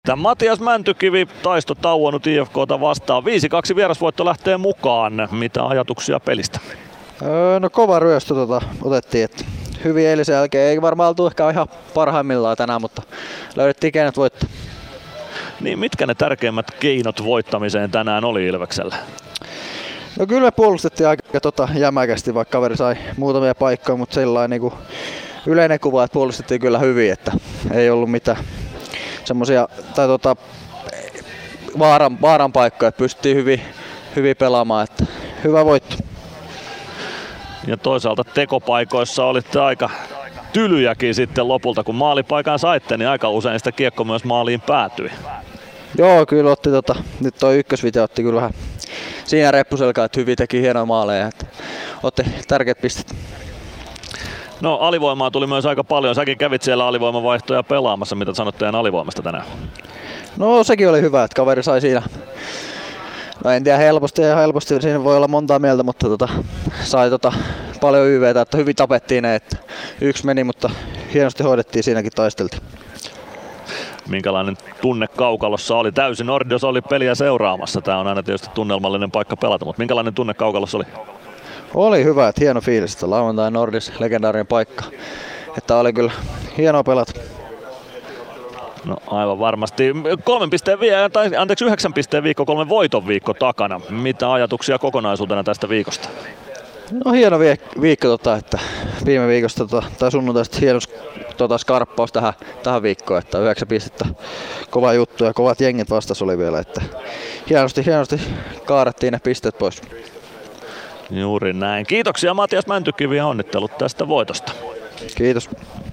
Tämä Matias Mäntykivi taisto tauonnut IFK:ta vastaan. 5-2 vierasvoitto lähtee mukaan. Mitä ajatuksia pelistä? No kova ryöstö otettiin. Että hyvin eilisen jälkeen. Ei varmaan oltu ehkä ihan parhaimmillaan tänään, mutta löydettiin keinot voittaa. Niin, mitkä ne tärkeimmät keinot voittamiseen tänään oli Ilveksellä? No kyllä me puolustettiin aika jämäkästi, vaikka kaveri sai muutamia paikkoja, mutta sellainen niin yleinen kuva, että puolustettiin kyllä hyvin, että ei ollut mitään semmoisia tai vaaran paikkoja, että pystyttiin hyvin pelaamaan, että hyvä voitto. Ja toisaalta tekopaikoissa olitte aika tylyjäkin sitten lopulta, kun maalipaikan saitte, niin aika usein sitä kiekko myös maaliin päätyi. Joo, kyllä otti nyt toi ykkösvideo otti kyllä vähän siinä reppuselkaa, että hyvin teki hienoja maaleja, että otti tärkeät pistet. No, alivoimaa tuli myös aika paljon. Säkin kävit siellä alivoimavaihtoja pelaamassa. Mitä sanot teidän alivoimasta tänään? No sekin oli hyvä, että kaveri sai siinä. No en tiedä helposti, siinä voi olla montaa mieltä, mutta sai paljon YVtä, että hyvin tapettiin ne, että yksi meni, mutta hienosti hoidettiin, siinäkin taisteltiin. Minkälainen tunne kaukalossa oli? Täysin Nordios oli peliä seuraamassa. Tää on aina tietysti tunnelmallinen paikka pelata, mutta minkälainen tunne kaukalossa oli? Oli hyvä, että hieno fiilis, että lauantai Nordis legendaarinen paikka. Että oli kyllä hienoa pelata. No aivan varmasti. 9 pisteen viikko, 3 voiton viikko takana. Mitä ajatuksia kokonaisuutena tästä viikosta? No hieno viikko, että viime viikosta tai sunnuntaista hieno skarppaus tähän viikkoon, että 9 pistettä kova juttu ja kovat jengit vastas oli vielä, että hienosti kaarettiin ne pisteet pois. Juuri näin. Kiitoksia Matias Mäntykivi ja onnittelut tästä voitosta. Kiitos.